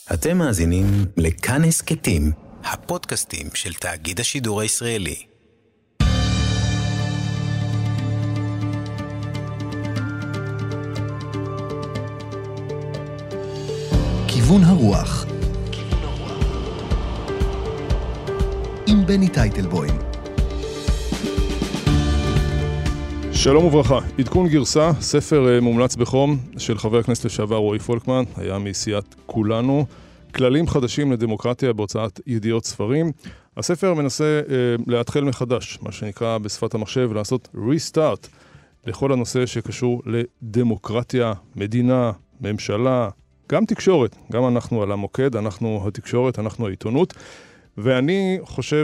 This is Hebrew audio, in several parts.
אתם מאזינים לכאן הסכתים, הפודקאסטים של תאגיד השידור הישראלי. כיוון הרוח עם בני טייטלבוים. שלום וברכה, עדכון גרסה, ספר מומלץ בחום של חבר הכנסת לשעבר רועי פולקמן, היה מסיעת כולנו, כללים חדשים לדמוקרטיה בהוצאת ידיעות ספרים. הספר מנסה להתחיל מחדש, מה שנקרא בשפת המחשב, לעשות ריסטארט לכל הנושא שקשור לדמוקרטיה, מדינה, ממשלה, גם תקשורת, גם אנחנו על המוקד, אנחנו התקשורת, אנחנו העיתונות. ואני חושב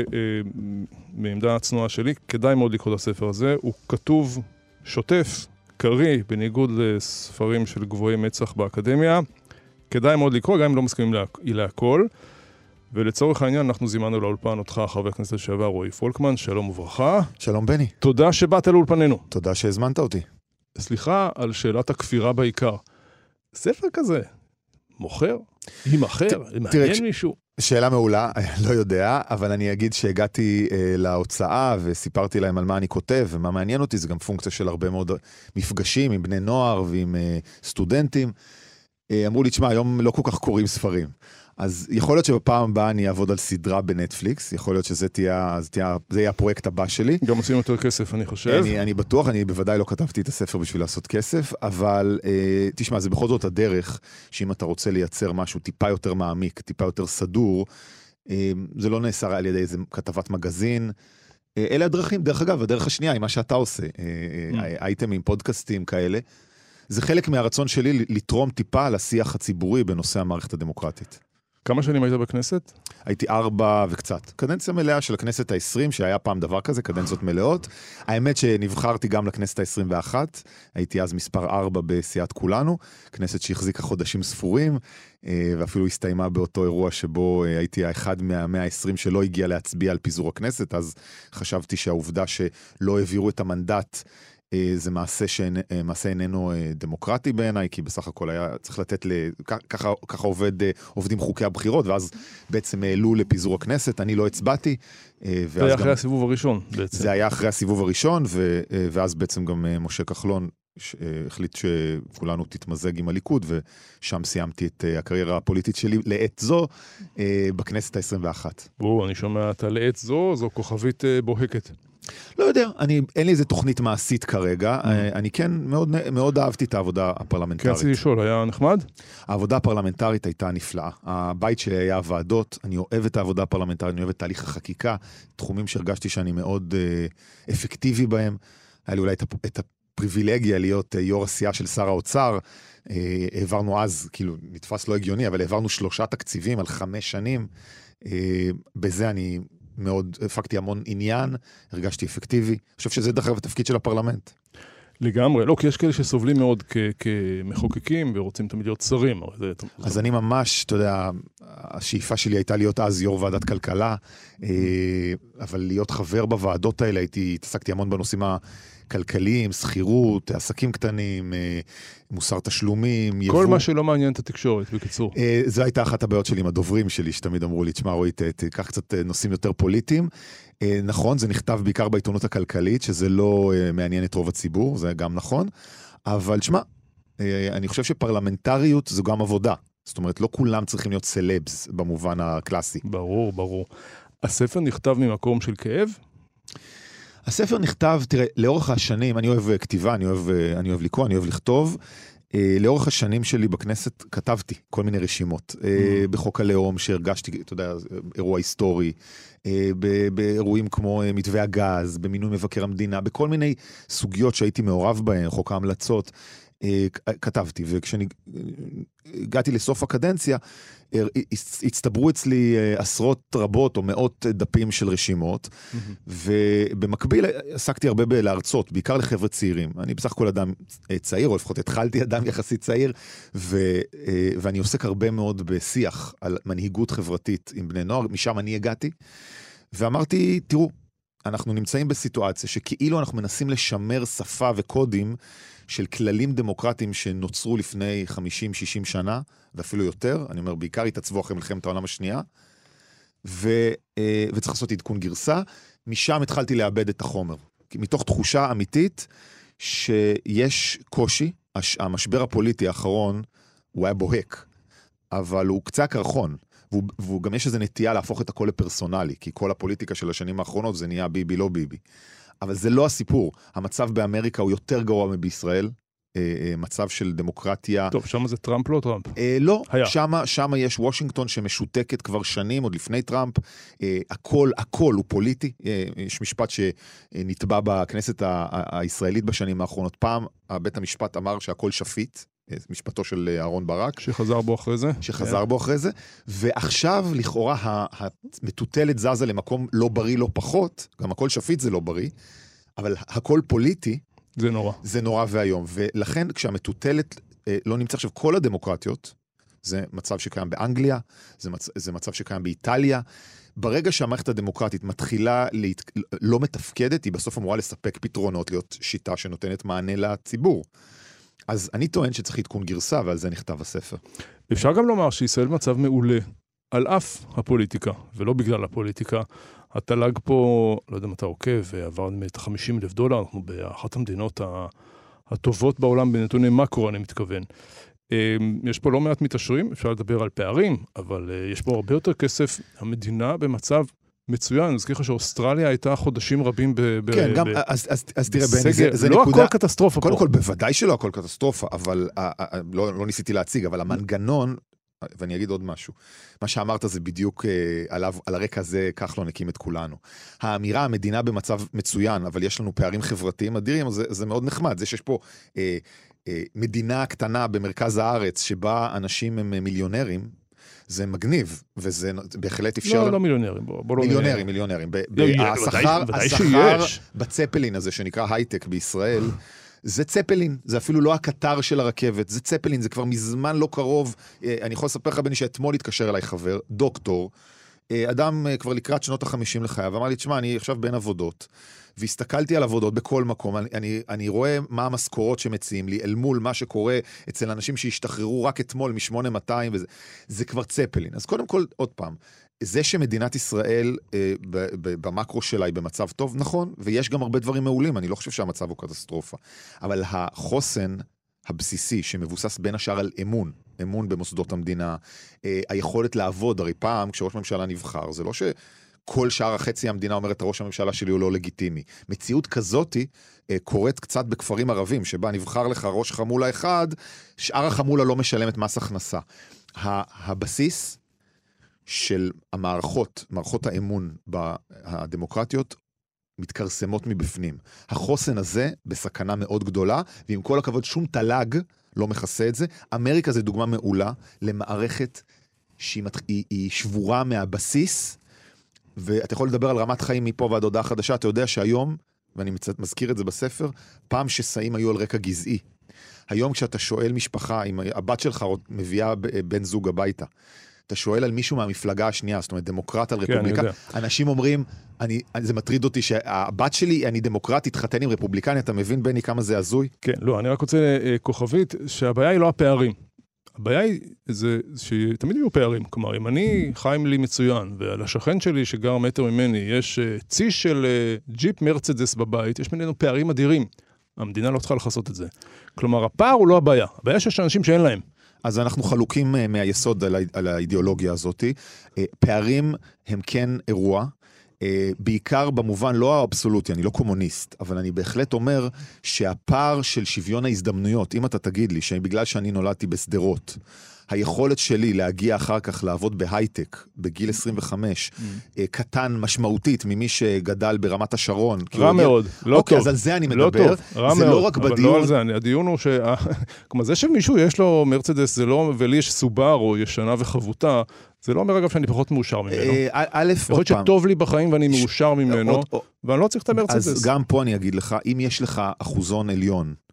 שמעמדה הצנועה שלי, כדאי מאוד לקרוא את הספר הזה, הוא כתוב שוטף, קרי, בניגוד לספרים של גבוהי מצח באקדמיה, כדאי מאוד לקרוא, גם אם לא מסכימים להכל, ולצורך העניין אנחנו זימנו לאולפן אותך, חבר הכנסת לשעבר רועי פולקמן, שלום וברכה. שלום בני. תודה שבאת לאולפננו. תודה שהזמנת אותי. סליחה על שאלת הכפירה בעיקר. ספר כזה, מוכר? ימכר? מעניין מישהו? שאלה מעולה, לא יודע, אבל אני אגיד שהגעתי להוצאה וסיפרתי להם על מה אני כותב ומה מעניין אותי, זה גם פונקציה של הרבה מאוד מפגשים עם בני נוער ועם סטודנטי. אמרו לי, תשמע, היום לא כל כך קוראים ספרים. אז יכול להיות שבפעם הבאה אני אעבוד על סדרה בנטפליקס, יכול להיות שזה יהיה הפרויקט הבא שלי. גם עושים יותר כסף, אני חושב. אני בטוח, אני בוודאי לא כתבתי את הספר בשביל לעשות כסף, אבל תשמע, זה בכל זאת הדרך, שאם אתה רוצה לייצר משהו טיפה יותר מעמיק, טיפה יותר סדור, זה לא נאסר על ידי איזה כתבת מגזין, אלה הדרכים, דרך אגב, הדרך השנייה היא מה שאתה עושה, אייטמים, פודקאסטים כאלה, זה חלק מהרצון שלי לתרום טיפה לשיח הציבורי בנושא המערכת הדמוקרטית. כמה שנים היית בכנסת? הייתי 4 וקצת. קדנציה מלאה של הכנסת ה-20, שהיה פעם דבר כזה, קדנציות מלאות. האמת שנבחרתי גם לכנסת ה-21, הייתי אז מספר 4 בסיעת כולנו, כנסת שהחזיקה חודשים ספורים, ואפילו הסתיימה באותו אירוע שבו הייתי האחד מה-120 שלא הגיע להצביע על פיזור הכנסת, אז חשבתי שהעובדה שלא העבירו את המנדט, זה מעשה איננו דמוקרטי בעיניי, כי בסך הכל היה צריך לתת, ככה עובדים חוקי הבחירות, ואז בעצם העלו לפיזור הכנסת, אני לא הצבעתי. זה היה אחרי הסיבוב הראשון בעצם. זה היה אחרי הסיבוב הראשון, ואז בעצם גם משה כחלון החליט שכולנו תתמזג עם הליכוד, ושם סיימתי את הקריירה הפוליטית שלי לעת זו, בכנסת ה-21. אני שומע את לעת זו, זו כוכבית בוהקת. לא יודע, אין לי איזה תוכנית מעשית כרגע, אני כן מאוד אהבתי את העבודה הפרלמנטרית. רציתי לשאול, היה נחמד? העבודה הפרלמנטרית הייתה נפלאה, הבית שלי היה ועדות, אני אוהב את העבודה הפרלמנטרית, אני אוהב את תהליך החקיקה, תחומים שהרגשתי שאני מאוד אפקטיבי בהם, היה לי אולי את הפריבילגיה להיות יו"ר הסיעה של שר האוצר, העברנו אז, כאילו נתפס לא הגיוני, אבל העברנו 3 תקציבים על 5 שנים, בזה אני מאוד, הפקתי המון עניין, הרגשתי אפקטיבי. אני חושב שזה דרך אגב התפקיד של הפרלמנט. לגמרי, לא, כי יש כאלה שסובלים מאוד כמחוקקים ורוצים תמיד להיות שרים. אז אני ממש, אתה יודע, השאיפה שלי הייתה להיות אז יו"ר ועדת כלכלה, אבל להיות חבר בוועדות האלה, התעסקתי המון בנושאים הכלכליים, שכירות, עסקים קטנים, מוסר תשלומים, יבוא. כל מה שלא מעניין את התקשורת, בקיצור. זו הייתה אחת הבעיות שלי עם הדוברים שלי, שתמיד אמרו לי, תשמע רועי, תיקח קצת נושאים יותר פוליטיים. נכון, זה נכתב בעיקר בעיתונות הכלכלית, שזה לא מעניין את רוב הציבור, זה גם נכון, אבל תשמע, אני חושב שפרלמנטריות זו גם עבודה. זאת אומרת, לא כולם צריכים להיות סלבס במובן הקלאסי. ברור, ברור. הספר נכתב ממקום של כאב? הספר נכתב, תראה, לאורך השנים, אני אוהב כתיבה, אני אוהב לקרוא, אני אוהב לכתוב, לאורך השנים שלי בכנסת כתבתי כל מיני רשימות, בחוק הלאום שהרגשתי, אתה יודע, אירוע היסטורי, באירועים כמו מתווה הגז, במינוי מבקר המדינה, בכל מיני סוגיות שהייתי מעורב בהן, חוק ההמלצות, כתבתי, וכשאני הגעתי לסוף הקדנציה, הצטברו אצלי עשרות רבות או מאות דפים של רשימות, ובמקביל עסקתי הרבה בלהרצות, בעיקר לחבר'ה צעירים. אני בסך הכל אדם צעיר, או לפחות התחלתי אדם יחסית צעיר, ואני עוסק הרבה מאוד בשיח על מנהיגות חברתית עם בני נוער, משם אני הגעתי, ואמרתי, תראו, אנחנו נמצאים בסיטואציה שכאילו אנחנו מנסים לשמר שפה וקודים של כללים דמוקרטיים שנוצרו לפני 50-60 שנה, ואפילו יותר, אני אומר, בעיקר התעצבו אחרי מלחמת העולם השנייה, וצריך לעשות עדכון גרסה. משם התחלתי לאבד את החומר, מתוך תחושה אמיתית שיש קושי. המשבר הפוליטי האחרון הוא היה בוהק, אבל הוא קצה הקרחון, והוא גם יש איזו נטייה להפוך את הכל לפרסונלי, כי כל הפוליטיקה של השנים האחרונות זה נהיה ביבי לא ביבי. אבל זה לא הסיפור. המצב באמריקה הוא יותר גרוע מבישראל, מצב של דמוקרטיה. טוב, שם זה טראמפ לא טראמפ? לא, שם יש וושינגטון שמשותקת כבר שנים, עוד לפני טראמפ, הכל הוא פוליטי. יש משפט שנתבע בכנסת הישראלית בשנים האחרונות. פעם בית המשפט אמר שהכל שפיט, משפטו של אהרון ברק. שחזר בו אחרי זה. ועכשיו לכאורה המטוטלת זזה למקום לא בריא לא פחות, גם הכל שפיט זה לא בריא, אבל הכל פוליטי, זה נורא. זה נורא והיום, ולכן כשהמטוטלת לא נמצא עכשיו כל הדמוקרטיות, זה מצב שקיים באנגליה, זה מצב שקיים באיטליה, ברגע שהמערכת הדמוקרטית מתחילה לא מתפקדת, היא בסוף אמורה לספק פתרונות, להיות שיטה שנותנת מענה לציבור. אז אני טוען שצריך עדכון גרסה, ועל זה נכתב הספר. אפשר גם לומר שישראל מצב מעולה, על אף הפוליטיקה, ולא בגלל הפוליטיקה. התל"ג פה, לא יודע אם אתה עוקב, עבר את $50,000, אנחנו באחת המדינות הטובות בעולם, בנתוני מקרו אני מתכוון. יש פה לא מעט מתעשרים, אפשר לדבר על פערים, אבל יש פה הרבה יותר כסף. המדינה במצב מצוין, אני אזכיר לך שאוסטרליה הייתה חודשים רבים כן, גם, אז תראה, בני, זה לא נקודה, הכל קטסטרופה פה. קודם כל, בוודאי שלא הכל קטסטרופה, אבל לא ניסיתי להציג, אבל המנגנון, ואני אגיד עוד משהו, מה שאמרת זה בדיוק על הרקע הזה, כך לא נקים את כולנו. האמירה, המדינה במצב מצוין, אבל יש לנו פערים חברתיים אדירים, זה מאוד נחמד, זה שיש פה מדינה קטנה במרכז הארץ, שבה אנשים הם מיליונרים, זה מגניב, וזה בהחלט אפשר... לא מיליונרים, בוא לא... מיליונרים. השכר בצפלין הזה שנקרא הייטק בישראל, זה צפלין, זה אפילו לא הקטר של הרכבת, זה צפלין, זה כבר מזמן לא קרוב. אני יכול לספר לך בני שאתמול התקשר אליי חבר, דוקטור, אדם כבר לקראת שנות ה-50 לחייו, אמר לי, תשמע, אני עכשיו בין עבודות, והסתכלתי על עבודות בכל מקום, אני רואה מה המשכורות שמציעים לי, אל מול מה שקורה אצל אנשים שהשתחררו רק אתמול מ-8200, וזה כבר צפלין. אז קודם כל, עוד פעם, זה שמדינת ישראל במקרו שלה היא במצב טוב, נכון, ויש גם הרבה דברים מעולים, אני לא חושב שהמצב הוא קטסטרופה, אבל החוסן הבסיסי שמבוסס בין השאר על אמון במוסדות המדינה, היכולת לעבוד, הרי פעם כשראש ממשלה נבחר, זה לא שכל שאר החצי המדינה אומרת, ראש הממשלה שלי הוא לא לגיטימי. מציאות כזאת קורית קצת בכפרים ערבים, שבה נבחר לך ראש חמולה אחד, שאר החמולה לא משלמת מס הכנסה. הבסיס של מערכות האמון הדמוקרטיות, מתקרסמות מבפנים. החוסן הזה בסכנה מאוד גדולה, ועם כל הכבוד שום תל"ג לא מכסה את זה. אמריקה זה דוגמה מעולה למערכת שהיא שבורה מהבסיס, ואתה יכול לדבר על רמת חיים מפה ועד הודעה חדשה, אתה יודע שהיום, ואני מזכיר את זה בספר, פעם שסעים היו על רקע גזעי. היום כשאתה שואל משפחה, אם הבת שלך מביאה בן זוג הביתה, אתה שואל על מישהו מהמפלגה השנייה, זאת אומרת, דמוקרט על רפובליקה, אנשים אומרים, זה מטריד אותי שהבת שלי, אני דמוקרט, התחתן עם רפובליקני, אתה מבין בני כמה זה הזוי? כן, לא, אני רק רוצה כוכבית, שהבעיה היא לא הפערים. הבעיה היא שתמיד יהיו פערים, כלומר, אם אני חיים לי מצוין, ועל השכן שלי שגר מטר ממני, יש צי של ג'יפ מרצדס בבית, יש בינינו פערים אדירים. המדינה לא צריכה לחסות את זה. כלומר, הפער הוא לא הבעיה. הבעיה שיש אנשים שאין להם. אז אנחנו חלוקים מהיסוד על האידיאולוגיה הזאת. פערים הם כן אירוע, בעיקר במובן לא האבסולוטי, אני לא קומוניסט, אבל אני בהחלט אומר שהפער של שוויון ההזדמנויות, אם אתה תגיד לי שבגלל שאני נולדתי בסדרות, היכולת שלי להגיע אחר כך לעבוד בהייטק, בגיל 25, קטן משמעותית ממי שגדל ברמת השרון. רע מאוד, לא טוב. אוקיי, אז על זה אני מדבר. זה לא רק בדיון. אבל לא על זה, הדיון הוא כמו זה שמישהו יש לו מרצדס, זה לא, ולי יש סובר או ישנה וחבותה, זה לא אומר אגב שאני פחות מאושר ממנו. יכול להיות שטוב לי בחיים ואני מאושר ממנו, ואני לא צריך את המרצדס. אז גם פה אני אגיד לך, אם יש לך אחוזון עליון,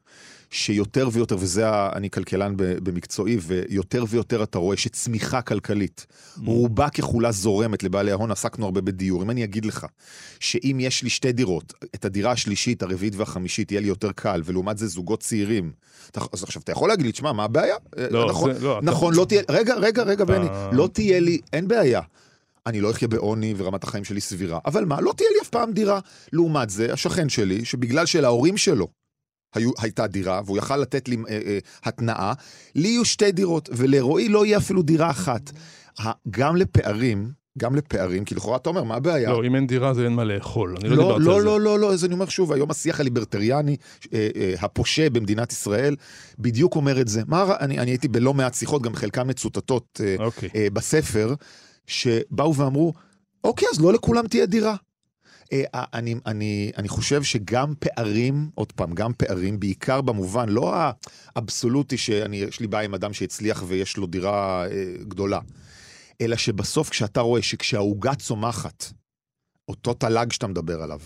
שיותר ויותר, אני כלכלן במקצועי, ויותר ויותר אתה רואה שצמיחה כלכלית, רובה ככולה זורמת לבעלי ההון, עסקנו הרבה בדיור. אם אני אגיד לך, שאם יש לי 2 דירות, את הדירה השלישית, הרביעית והחמישית, יהיה לי יותר קל, ולעומת זה זוגות צעירים. אז עכשיו, אתה יכול להגיד לי, תשמע, מה הבעיה? נכון, לא תהיה, רגע, בני, לא תהיה לי, אין בעיה. אני לא אחיה בעוני ורמת החיים שלי סבירה, אבל מה, לא תהיה לי אף פעם דירה. לעומת זה, השכן שלי, שבגלל שלהורים שלו הייתה דירה, והוא יכל לתת לי התנאה, לי יהיו 2 דירות, ולרועי לא יהיה אפילו דירה אחת. גם לפערים, כי לכאורה אתה אומר, מה הבעיה? לא, אם אין דירה זה אין מה לאכול, אני לא דיברתי על זה. לא, אז אני אומר שוב, היום השיח הליברטריאני, הפושה במדינת ישראל, בדיוק אומר את זה. אני הייתי בלא מעט שיחות, גם חלקם מצוטטות בספר, שבאו ואמרו, אוקיי, אז לא לכולם תהיה דירה. אני חושב שגם פערים, עוד פעם, גם פערים, בעיקר במובן, לא האבסולוטי שיש לי בעיה עם אדם שהצליח ויש לו דירה גדולה, אלא שבסוף כשאתה רואה שכשהעוגה צומחת, אותו תל"ג שאתה מדבר עליו,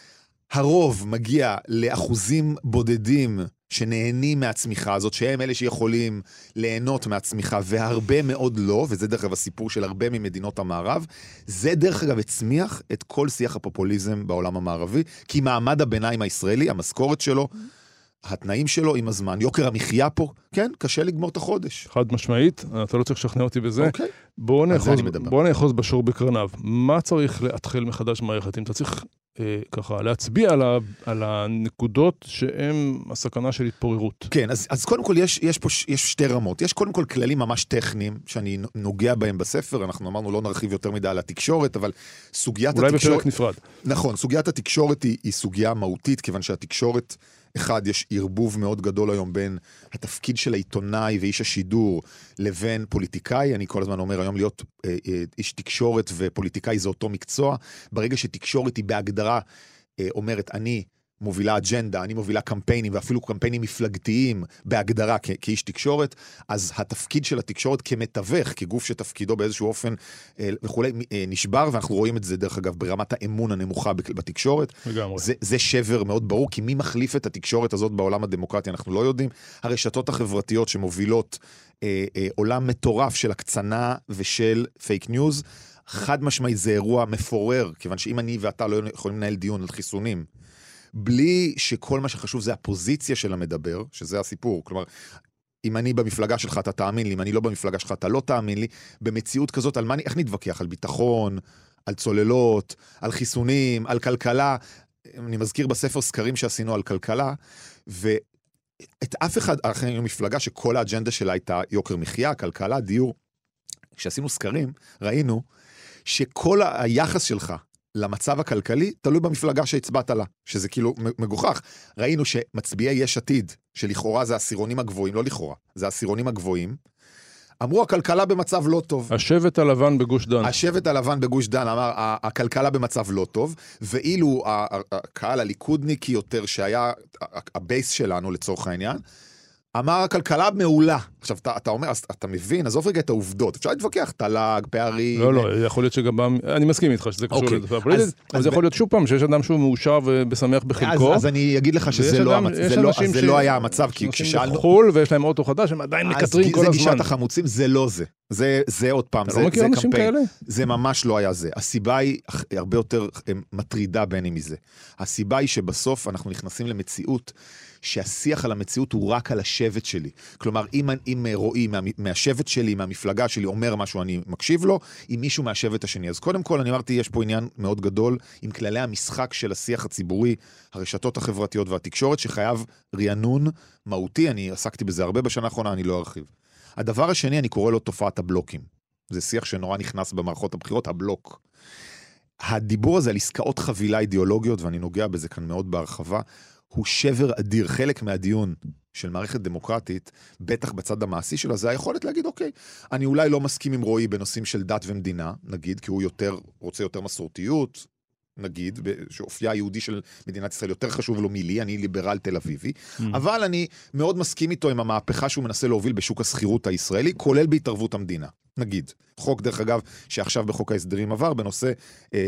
הרוב מגיע לאחוזים בודדים שנהנים מהצמיחה הזאת, שהם אלה שיכולים ליהנות מהצמיחה, והרבה מאוד לא, וזה דרך אגב הסיפור של הרבה ממדינות המערב, זה דרך אגב הצמיח את כל שיח הפופוליזם בעולם המערבי, כי מעמד הביניים הישראלי, המשכורת שלו, התנאים שלו עם הזמן, יוקר המחיה פה, כן, קשה לגמור את החודש. חד משמעית, אתה לא צריך לשכנע אותי בזה. אוקיי. בואו נאחוז בשור בקרניו. מה צריך להתחיל מחדש מערכת? אם אתה צריך ככה להצביע על הנקודות שהן הסכנה של התפוררות. כן, אז קודם כל יש 2 רמות. יש קודם כל כללים ממש טכניים, שאני נוגע בהם בספר, אנחנו אמרנו לא נרחיב יותר מדי על התקשורת, אבל סוגיית התקשורת... אולי בפרק נפרד. נכון, סוגיית התקשורת היא סוגיה מהותית, כיוון שהתקשורת... אחד, יש ערבוב מאוד גדול היום בין התפקיד של העיתונאי ואיש השידור לבין פוליטיקאי. אני כל הזמן אומר, היום להיות איש תקשורת ופוליטיקאי זה אותו מקצוע. ברגע שתקשורת היא בהגדרה אומרת, אני מובילה אג'נדה, אני מובילה קמפיינים, ואפילו קמפיינים מפלגתיים בהגדרה כאיש תקשורת, אז התפקיד של התקשורת כמתווך, כגוף שתפקידו באיזשהו אופן וכולי, נשבר, ואנחנו רואים את זה דרך אגב ברמת האמון הנמוכה בתקשורת. זה שבר מאוד ברור, כי מי מחליף את התקשורת הזאת בעולם הדמוקרטי, אנחנו לא יודעים. הרשתות החברתיות שמובילות עולם מטורף של הקצנה ושל פייק ניוז, חד משמעית זה אירוע מפורר, כיוון שאם אני ואתה לא יכולים לנהל דיון על חיסונים, בלי שכל מה שחשוב זה הפוזיציה של המדבר, שזה הסיפור. כלומר, אם אני במפלגה שלך אתה תאמין לי, אם אני לא במפלגה שלך אתה לא תאמין לי, במציאות כזאת, איך נתווכח? על ביטחון, על צוללות, על חיסונים, על כלכלה. אני מזכיר בספר סקרים שעשינו על כלכלה, ואת אף אחד, אחרי מפלגה שכל האג'נדה שלה הייתה יוקר מחיה, כלכלה, דיור. כשעשינו סקרים, ראינו שכל היחס שלך למצב הכלכלי, תלוי במפלגה שהצבעת לה, שזה כאילו מגוחך. ראינו שמצביעי יש עתיד, שלכאורה זה הסירונים הגבוהים, לא לכאורה, זה הסירונים הגבוהים, אמרו, הכלכלה במצב לא טוב. השבט הלבן בגוש דן. השבט הלבן בגוש דן אמר, הכלכלה במצב לא טוב, ואילו הקהל הליכודניקי יותר, שהיה הבייס שלנו לצורך העניין, אמר הכלכלה מעולה. עכשיו, אתה אומר, אתה מבין, עזוב רגע את העובדות. אפשר להתווכח, תל"ג, פערים. לא, יכול להיות שגם, אני מסכים איתך שזה קשור לדבר הפוליטית, אבל זה יכול להיות שוב פעם, שיש אדם שהוא מאושר ובשמח בחלקו. אז אני אגיד לך שזה לא היה המצב, כי כששאלנו... בחול ויש להם אוטו חדש, הם עדיין מקטרים כל הזמן. זה גישת החמוצים, זה לא זה. זה עוד פעם, אתה לא מכיר אנשים כאלה? זה ממש לא היה זה. הסיבה היא הרבה יותר מטרידה ביני מזה. הסיבה היא שבסוף אנחנו נכנסים למציאות שהשיח על המציאות הוא רק על השבט שלי. כלומר, אם רועי מהשבט שלי, מהמפלגה שלי, אומר משהו, אני מקשיב לו, אם מישהו מהשבט השני. אז קודם כל, אני אמרתי, יש פה עניין מאוד גדול עם כללי המשחק של השיח הציבורי, הרשתות החברתיות והתקשורת, שחייב רענון מהותי. אני עסקתי בזה הרבה בשנה האחרונה, אני לא ארחיב. הדבר השני, אני קורא לו תופעת הבלוקים. זה שיח שנורא נכנס במערכות הבחירות, הבלוק. הדיבור הזה על עסקאות חבילה אידיאולוגיות, ואני נוגע בזה כאן מאוד בהרחבה, הוא שבר אדיר. חלק מהדיון של מערכת דמוקרטית, בטח בצד המעשי שלה, זה היכולת להגיד, אוקיי, אני אולי לא מסכים עם רועי בנושאים של דת ומדינה, נגיד, כי הוא רוצה יותר מסורתיות, נגיד, שאופייה היהודי של מדינת ישראל יותר חשוב לו מילי, אני ליברל תל אביבי, אבל אני מאוד מסכים איתו עם המהפכה שהוא מנסה להוביל בשוק הסחירות הישראלי, כולל בהתערבות המדינה. נגיד, חוק דרך אגב, שעכשיו בחוק ההסדרים עבר, בנושא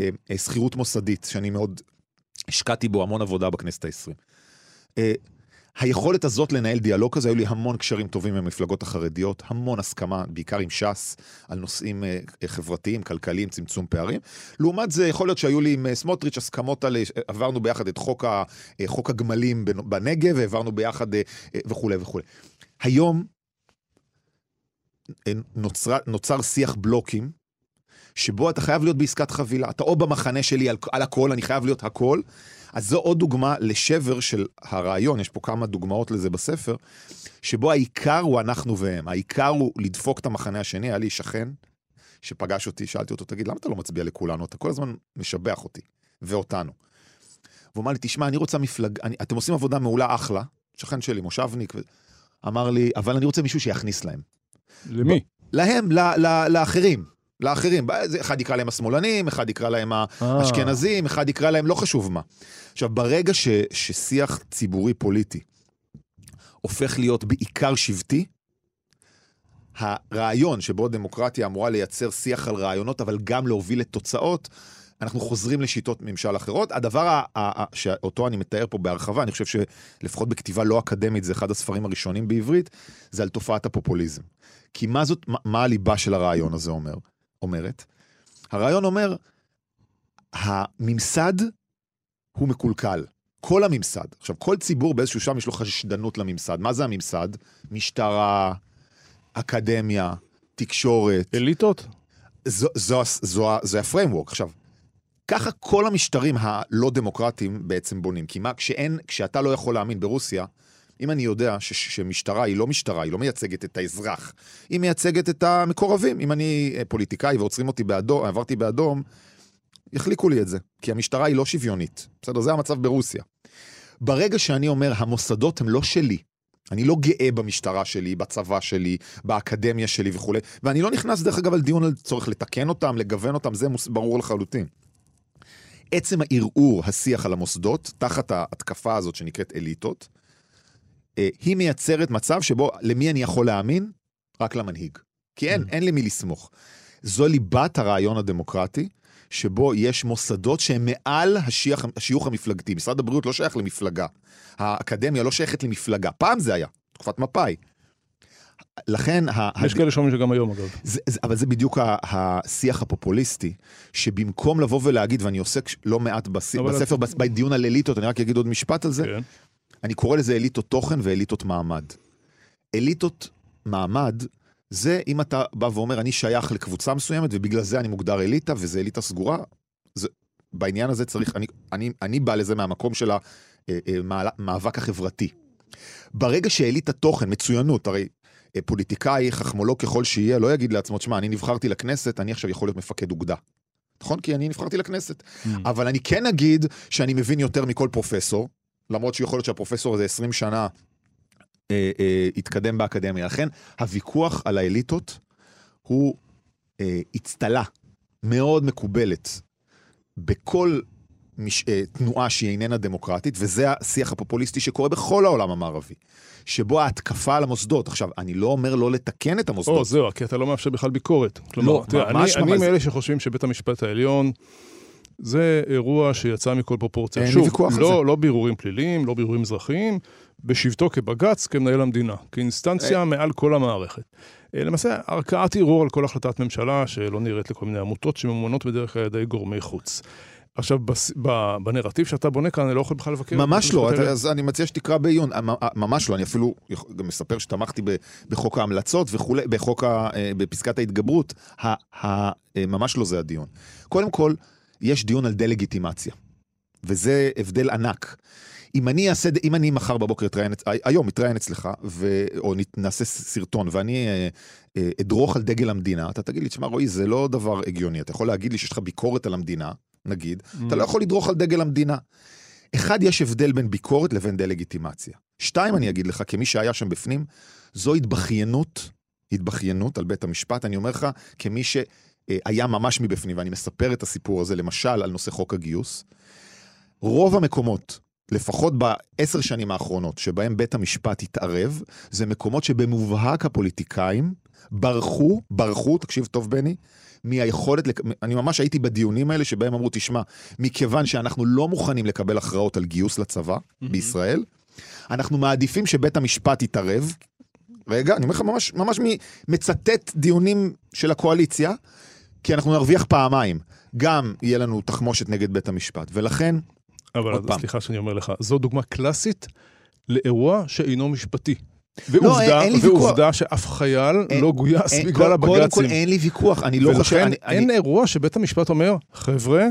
סחירות מוסדית, שאני מאוד השקעתי בו המון עבודה בכנסת ה-20. היכולת הזאת לנהל דיאלוג כזה, היו לי המון קשרים טובים עם המפלגות החרדיות, המון הסכמה, בעיקר עם ש"ס, על נושאים חברתיים, כלכליים, צמצום פערים. לעומת זה, יכול להיות שהיו לי עם סמוטריץ' הסכמות על, עברנו ביחד את חוק הגמלים בנגב, ועברנו ביחד וכו' וכו'. היום נוצר שיח בלוקים, שבו אתה חייב להיות בעסקת חבילה, אתה או במחנה שלי על הכל, אני חייב להיות הכל, אז זו עוד דוגמה לשבר של הרעיון, יש פה כמה דוגמאות לזה בספר, שבו העיקר הוא אנחנו והם, העיקר הוא לדפוק את המחנה השני, היה לי שכן שפגש אותי, שאלתי אותו, תגיד, למה אתה לא מצביע לכולנו? אתה כל הזמן משבח אותי ואותנו. והוא אמר לי, תשמע, אני רוצה אתם עושים עבודה מעולה אחלה, שכן שלי, מושבניק, אמר לי, אבל אני רוצה מישהו שיכניס להם. למי? להם, לאחרים, אחד יקרא להם השמאלנים, אחד יקרא להם האשכנזים, אחד יקרא להם לא חשוב מה. עכשיו, ברגע ששיח ציבורי פוליטי הופך להיות בעיקר שבטי, הרעיון שבו דמוקרטיה אמורה לייצר שיח על רעיונות, אבל גם להוביל לתוצאות, אנחנו חוזרים לשיטות ממשל אחרות. הדבר שאותו אני מתאר פה בהרחבה, אני חושב שלפחות בכתיבה לא אקדמית, זה אחד הספרים הראשונים בעברית, זה על תופעת הפופוליזם. כי מה הליבה של הרעיון הזה אומרת? הרעיון אומר, הממסד הוא מקולקל. כל הממסד. עכשיו, כל ציבור באיזשהו שם יש לו חשדנות לממסד. מה זה הממסד? משטרה, אקדמיה, תקשורת. אליטות? זה הפריימוורק. עכשיו, ככה כל המשטרים הלא דמוקרטיים בעצם בונים. כי כשאתה לא יכול להאמין ברוסיה, אם אני יודע שמשטרה היא לא משטרה, היא לא מייצגת את האזרח, היא מייצגת את המקורבים. אם אני פוליטיקאי ועוצרים אותי באדום, עברתי באדום, יחליקו לי את זה, כי המשטרה היא לא שוויונית. בסדר, זה המצב ברוסיה. ברגע שאני אומר, המוסדות הם לא שלי, אני לא גאה במשטרה שלי, בצבא שלי, באקדמיה שלי וכו'. ואני לא נכנס דרך אגב על דיון על צורך לתקן אותם, לגוון אותם, זה ברור לחלוטין. עצם הערעור, השיח על המוסדות, תחת ההתקפה הזאת שנקראת אליטות, היא מייצרת מצב שבו למי אני יכול להאמין? רק למנהיג. כי אין למי לסמוך. זו ליבת הרעיון הדמוקרטי, שבו יש מוסדות שהן מעל השיוך המפלגתי. משרד הבריאות לא שייך למפלגה. האקדמיה לא שייכת למפלגה. פעם זה היה, תקופת מפאי. לכן... יש כאלה שאומרים שגם היום, אגב. אבל זה בדיוק השיח הפופוליסטי, שבמקום לבוא ולהגיד, ואני עוסק לא מעט בספר, בדיון על אליטות, אני רק אגיד עוד משפט על זה, אני קורא לזה אליטות תוכן ואליטות מעמד. אליטות מעמד, זה אם אתה בא ואומר, אני שייך לקבוצה מסוימת, ובגלל זה אני מוגדר אליטה, וזה אליטה סגורה, בעניין הזה צריך, אני בא לזה מהמקום של המאבק החברתי. ברגע שאליטה תוכן, מצוינות, הרי פוליטיקאי, חכמולוג ככל שיהיה, לא יגיד לעצמו, שמה, אני נבחרתי לכנסת, אני עכשיו יכול להיות מפקד אוגדה. נכון? כי אני נבחרתי לכנסת. אבל אני כן אגיד שאני מבין יותר מכל פרופסור, למרות שיכול להיות שהפרופסור הזה 20 שנה התקדם באקדמיה. לכן, הוויכוח על האליטות הוא הצטלה מאוד מקובלת בכל תנועה שהיא איננה דמוקרטית, וזה השיח הפופוליסטי שקורה בכל העולם המערבי, שבו ההתקפה על המוסדות. עכשיו, אני לא אומר לא לתקן את המוסדות. זהו, כי אתה לא מאפשר בכלל ביקורת. לא, ממש. אני מאלה שחושבים שבית המשפט העליון, זה אירוע שיצא מכל פרופורציה. אין לי ויכוח על זה. לא בירורים פליליים, לא בירורים אזרחיים, בשבתו כבגץ, כמנהל המדינה, כאינסטנציה מעל כל המערכת. למעשה, ערכאת ערעור על כל החלטת ממשלה, שלא נראית לכל מיני עמותות שממונות בדרך כלל ידי גורמי חוץ. עכשיו, בנרטיב שאתה בונה כאן, אני לא יכול בכלל לבקר. ממש לא, אז אני מציע שתקרא בעיון. ממש לא, אני אפילו גם מספר שתמכתי בחוק ההמלצות וכו', בפסקת ההתגברות. ממש לא זה הדיון. קודם כל, יש דיון על דה-לגיטימציה, וזה הבדל ענק. אם אני מחר בבוקר היום מתראיין אצלך, או נעשה סרטון, ואני אדרוך על דגל המדינה, אתה תגיד לי, תשמע רועי, זה לא דבר הגיוני, אתה יכול להגיד לי שיש לך ביקורת על המדינה, נגיד, אתה לא יכול לדרוך על דגל המדינה. אחד, יש הבדל בין ביקורת לבין דה-לגיטימציה. שתיים, אני אגיד לך, כמי שהיה שם בפנים, זו התבכיינות על בית המשפט, אני אומר לך, כמי שהיה ממש מבפנים, ואני מספר את הסיפור הזה, למשל, על נושא חוק הגיוס, רוב המקומות, לפחות ב10 שנים האחרונות, שבהם בית המשפט התערב, זה מקומות שבמובהק הפוליטיקאים ברחו, תקשיב טוב בני, מהיכולת, אני ממש הייתי בדיונים האלה, שבהם אמרו, תשמע, מכיוון שאנחנו לא מוכנים לקבל הכרעות על גיוס לצבא בישראל, אנחנו מעדיפים שבית המשפט יתערב, רגע, אני אומר לך ממש מצטט דיונים של הקואליציה, כי אנחנו נרוויח פעמיים. גם יהיה לנו תחמושת נגד בית המשפט, ולכן, אבל עוד פעם. סליחה שאני אומר לך, זו דוגמה קלאסית לאירוע שאינו משפטי. ועובדה שאף חייל לא גויס בגלל הבג"צים. קודם כל אין לי ויכוח, אני לא חושב... ולכן אין אירוע שבית המשפט אומר, חבר'ה,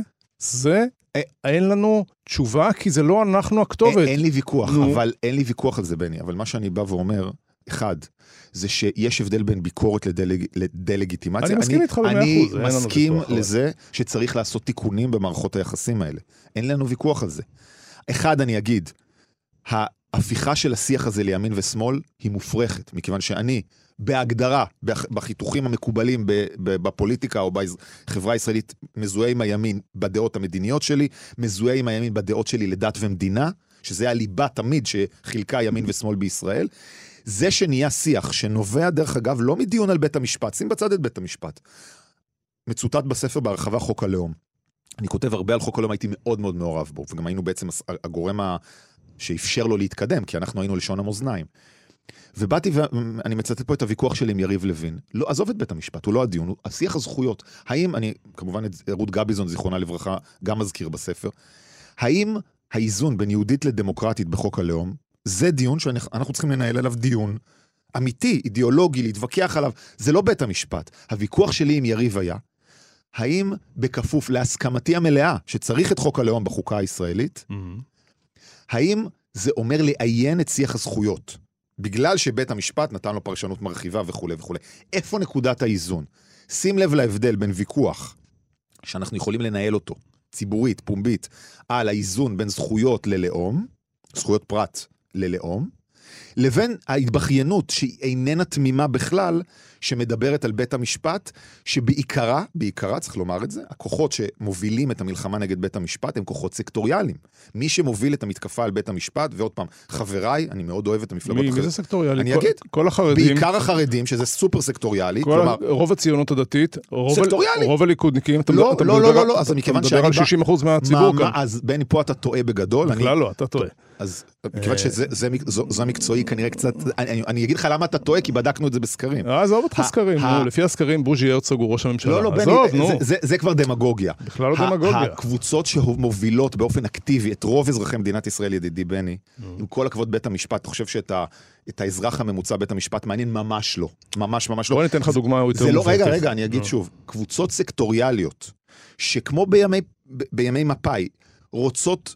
אין לנו תשובה, כי זה לא אנחנו הכתובת. אין לי ויכוח, אבל אין לי ויכוח על זה, בני. אבל מה שאני בא ואומר, אחד, זה שיש הבדל בין ביקורת לדלגיטימציה. אני מסכים איתך ב100%. אני מסכים לזה שצריך לעשות תיקונים במערכות היחסים האלה. אין לנו ויכוח על זה. אחד, אני אגיד, ההפיכה של השיח הזה לימין ושמאל היא מופרכת, מכיוון שאני, בהגדרה, בחיתוכים המקובלים בפוליטיקה או בחברה הישראלית, מזוהה עם הימין בדעות המדיניות שלי, מזוהה עם הימין בדעות שלי לדת ומדינה, שזה הליבה תמיד שחילקה ימין ושמאל בישראל. זה שנהיה שיח שנובע דרך אגב לא מדיון על בית המשפט, שים בצד את בית המשפט. מצוטט בספר בהרחבה חוק הלאום. אני כותב הרבה על חוק הלאום, הייתי מאוד מאוד מעורב בו, וגם היינו בעצם הגורם שאפשר לו להתקדם, כי אנחנו היינו לשון המאזניים. ובאתי ואני מצטט פה את הוויכוח שלי עם יריב לוין. לא, עזוב את בית המשפט, הוא לא הדיון, הוא השיח הזכויות. האם, אני כמובן את רות גביזון, זיכרונה לברכה, גם מזכיר בספר, האם האיזון בין יהודית לדמוקרטית בחוק הלאום, זה דיון שאנחנו צריכים לנהל עליו דיון אמיתי, אידיאולוגי, להתווכח עליו, זה לא בית המשפט. הוויכוח שלי עם יריב היה, האם בכפוף להסכמתי המלאה, שצריך את חוק הלאום בחוקה הישראלית, האם זה אומר לעיין את שיח הזכויות, בגלל שבית המשפט נתן לו פרשנות מרחיבה וכו' וכו'. איפה נקודת האיזון? שים לב להבדל בין ויכוח, שאנחנו יכולים לנהל אותו, ציבורית, פומבית, על האיזון בין זכויות ללאום, זכויות פרט ללאום, לבין ההתבחיינות שהיא איננה תמימה בכלל, שמדברת על בית המשפט, שבעיקרה, צריך לומר את זה, הכוחות שמובילים את המלחמה נגד בית המשפט, הם כוחות סקטוריאליים. מי שמוביל את המתקפה על בית המשפט, ועוד פעם, חבריי, אני מאוד אוהב את המפלגות. מי זה סקטוריאלי? אני אגיד, כל החרדים. בעיקר החרדים, שזה סופר סקטוריאלי. רוב הציונות הדתית, סקטוריאלי. רוב הליכודניקים, לא, אז מכיוון אתה מדבר על 60% מהציבור כאן. אז בני, פה אתה טועה בגדול. בכלל לא, אתה טועה. אז מכיוון שזה מקצועי כנראה קצת, אני אגיד לך למה אתה טועה, כי בדקנו את זה בסקרים. עזוב אותך סקרים, לפי הסקרים בוז'י הרצוג הוא ראש הממשלה. לא, בני, זה כבר דמגוגיה. בכלל לא דמגוגיה. הקבוצות שמובילות באופן אקטיבי את רוב אזרחי מדינת ישראל, ידידי בני, עם כל הכבוד בית המשפט, אתה חושב שאת האזרח הממוצע בית המשפט מעניין? ממש לא. ממש לא. בוא ניתן לך דוגמה יותר מובהקת. רגע, אני אגיד שוב, קבוצות סקטוריאליות, שכמו בימי מפאי, רוצות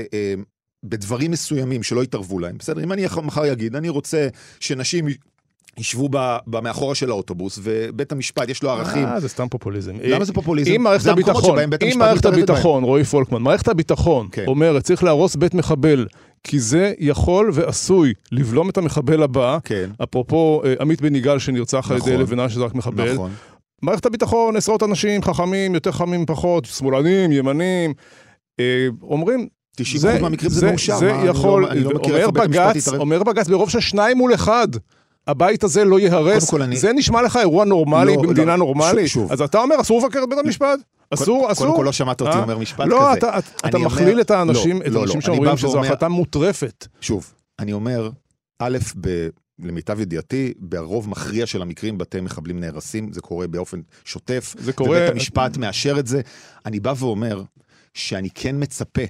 בדברים מסוימים שלא יתערבו להם. בסדר, אם אני מחר אגיד, אני רוצה שנשים ישבו מאחורה של האוטובוס, ובית המשפט יש לו ערכים. זה סתם פופוליזם. למה זה פופוליזם? אם מערכת הביטחון, רועי פולקמן, מערכת הביטחון אומרת, צריך להרוס בית מחבל, כי זה יכול ועשוי לבלום את המחבל הבא, אפרופו עמית בן יגאל שנרצח על ידי לבנה שזה רק מחבל. מערכת הביטחון, עשרות אנשים חכמים, יותר חכמים פחות, שמאלנים, ימנים, אומרים, 90% מהמקרים זה מאושר. זה יכול, אומר בג"ץ ברוב של 2 מול 1, הבית הזה לא יהרס. זה נשמע לך אירוע נורמלי במדינה נורמלית? אז אתה אומר, אסור לבקר את בית המשפט? אסור? קודם כל לא שמעת אותי אומר משפט כזה. לא, אתה מכליל את האנשים שאומרים שזו החלטה מוטרפת. שוב, אני אומר, א', למיטב ידיעתי, ברוב מכריע של המקרים בתי מחבלים נהרסים, זה קורה באופן שוטף, ובית המשפט מאשר את זה. אני בא ואומר שאני כן מצפה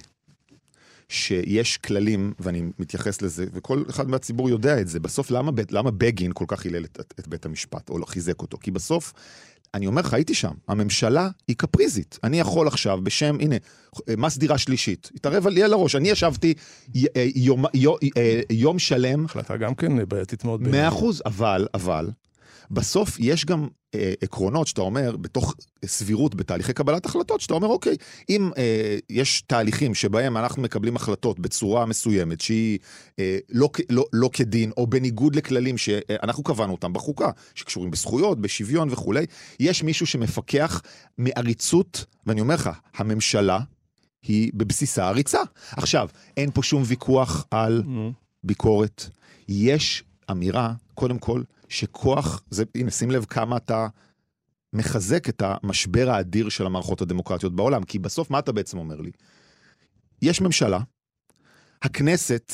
שיש כללים, ואני מתייחס לזה, וכל אחד מהציבור יודע את זה, בסוף למה בגין כל כך הילל את בית המשפט, או לא חיזק אותו? כי בסוף, אני אומר לך, הייתי שם, הממשלה היא קפריזית, אני יכול עכשיו בשם, הנה, מס דירה שלישית, התערב לי על הראש, אני ישבתי יום שלם, החלטה גם כן בעייתית מאוד. 100%, אבל, בסוף יש גם עקרונות שאתה אומר, בתוך סבירות בתהליכי קבלת החלטות, שאתה אומר, אוקיי, אם יש תהליכים שבהם אנחנו מקבלים החלטות בצורה מסוימת, שהיא לא כדין, או בניגוד לכללים שאנחנו קבענו אותם בחוקה, שקשורים בזכויות, בשוויון וכו', יש מישהו שמפקח מעריצות, ואני אומר לך, הממשלה היא בבסיסה עריצה. עכשיו, אין פה שום ויכוח על ביקורת. יש אמירה, קודם כל, שכוח, הנה, שים לב כמה אתה מחזק את המשבר האדיר של המערכות הדמוקרטיות בעולם, כי בסוף מה אתה בעצם אומר לי? יש ממשלה, הכנסת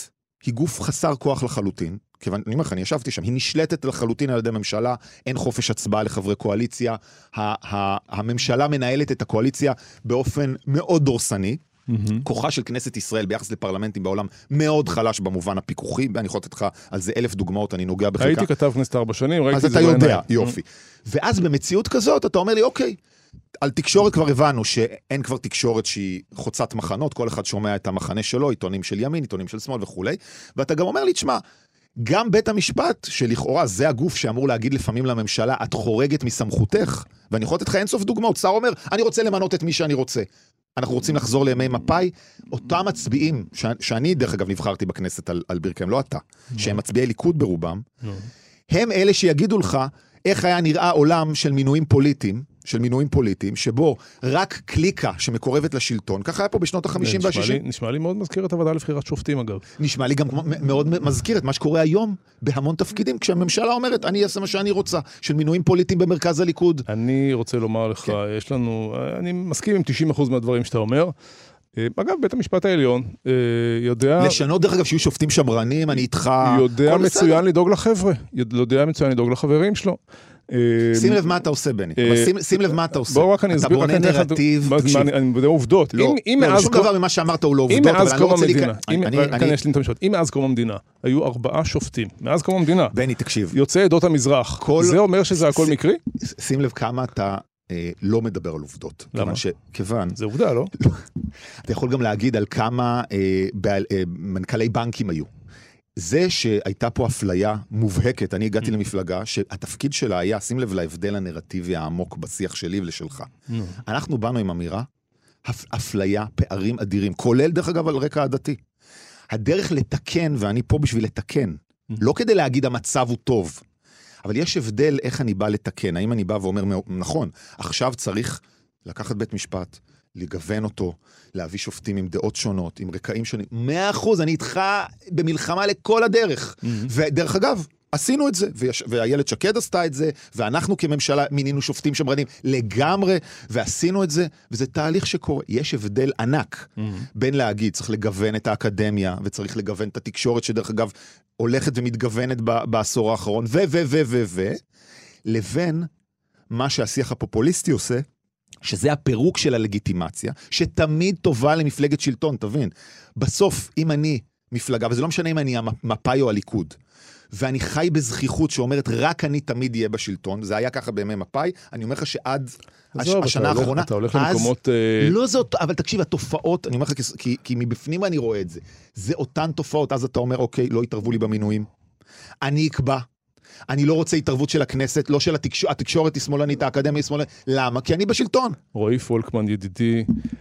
היא גוף חסר כוח לחלוטין, כיוון, אני אומר לך, אני ישבתי שם, היא נשלטת לחלוטין על ידי ממשלה, אין חופש הצבעה לחברי קואליציה, הממשלה מנהלת את הקואליציה באופן מאוד דורסני, כוחה של כנסת ישראל ביחס לפרלמנטים בעולם מאוד חלש במובן הפיקוחי, אני יכול לתת לך על זה 1000 דוגמאות, אני נוגע בחלקה. הייתי כתב כנסת 4 שנים, אז אתה יודע, יופי. ואז במציאות כזאת אתה אומר לי, אוקיי, על תקשורת כבר הבנו שאין כבר תקשורת שהיא חוצת מחנות, כל אחד שומע את המחנה שלו, עיתונים של ימין, עיתונים של שמאל וכו'. ואתה גם אומר לי, תשמע, גם בית המשפט, שלכאורה זה הגוף שאמור להגיד לפעמים לממשלה, את חורגת מסמכותך, ואני יכול לתת לך אינסוף דוגמאות, שר אומר, אני רוצה למנות את מי שאני רוצה. אנחנו רוצים לחזור לימי מפאי, אותם מצביעים, שאני דרך אגב נבחרתי בכנסת על ברכם, לא אתה, שהם מצביעי ליכוד ברובם, הם אלה שיגידו לך, איך היה נראה עולם של מינויים פוליטיים, שבו רק קליקה שמקורבת לשלטון, ככה היה פה בשנות ה-50 וה-60. נשמע לי מאוד מזכיר את הוועדה לבחירת שופטים, אגב. נשמע לי גם מאוד מזכיר את מה שקורה היום בהמון תפקידים, כשהממשלה אומרת, אני אעשה מה שאני רוצה, של מינויים פוליטיים במרכז הליכוד. אני רוצה לומר לך, יש לנו, אני מסכים עם 90% מהדברים שאתה אומר, אגב, בית המשפט העליון יודע... לשנות דרך אגב שיהיו שופטים שמרנים, אני איתך... יודע מצוין לדאוג לחבר'ה, יודע מצוין לדאוג לחברים שלו. שים לב מה אתה עושה, בני. שים לב מה אתה עושה. בואו רק אני אסביר. אתה בונה נרטיב. אני בודה עובדות. לא, שום דבר ממה שאמרת הוא לא עובדות, אבל אני לא רוצה אם מאז קום המדינה, היו 4 שופטים, מאז קום המדינה. בני, תקשיב. יוצאי עדות המזרח. זה אומר שזה הכל מקרי? שים לב כמה אתה לא מדבר על עובדות. למה? כיוון... זה עובדה, לא? אתה יכול גם להגיד על כמה מנכ"לי בנקים היו. זה שהייתה פה אפליה מובהקת, אני הגעתי למפלגה שהתפקיד שלה היה, שים לב להבדל הנרטיבי העמוק בשיח שלי ולשלך. אנחנו באנו עם אמירה, אפליה, פערים אדירים, כולל דרך אגב על רקע עדתי. הדרך לתקן, ואני פה בשביל לתקן, לא כדי להגיד המצב הוא טוב, אבל יש הבדל איך אני בא לתקן, האם אני בא ואומר, נכון, עכשיו צריך לקחת בית משפט, לגוון אותו, להביא שופטים עם דעות שונות, עם רקעים שונים. 100%, אני איתך במלחמה לכל הדרך. ודרך אגב, עשינו את זה, והילד שקד עשתה את זה, ואנחנו כממשלה מינינו שופטים שמרנים לגמרי, ועשינו את זה, וזה תהליך שקורה. יש הבדל ענק בין להגיד, צריך לגוון את האקדמיה, וצריך לגוון את התקשורת, שדרך אגב הולכת ומתגוונת בעשור האחרון, לבין מה שהשיח הפופוליסטי עושה, שזה הפירוק של הלגיטימציה, שתמיד טובה למפלגת שלטון, תבין. בסוף, אם אני מפלגה, וזה לא משנה אם אני המפאי או הליכוד, ואני חי בזכיחות שאומרת, רק אני תמיד אהיה בשלטון, זה היה ככה בימי מפאי, אני אומר לך שעד השנה האחרונה, אתה הולך למקומות... לא זאת, אבל תקשיב, התופעות, אני אומר לך, כי מבפנים אני רואה את זה, זה אותן תופעות, אז אתה אומר, אוקיי, לא יתערבו לי במינויים, אני אקבע, אני לא רוצה התערבות של הכנסת, לא של התקשורת היא שמאלנית, האקדמיה היא שמאלנית. למה? כי אני בשלטון. רועי פולקמן ידידי,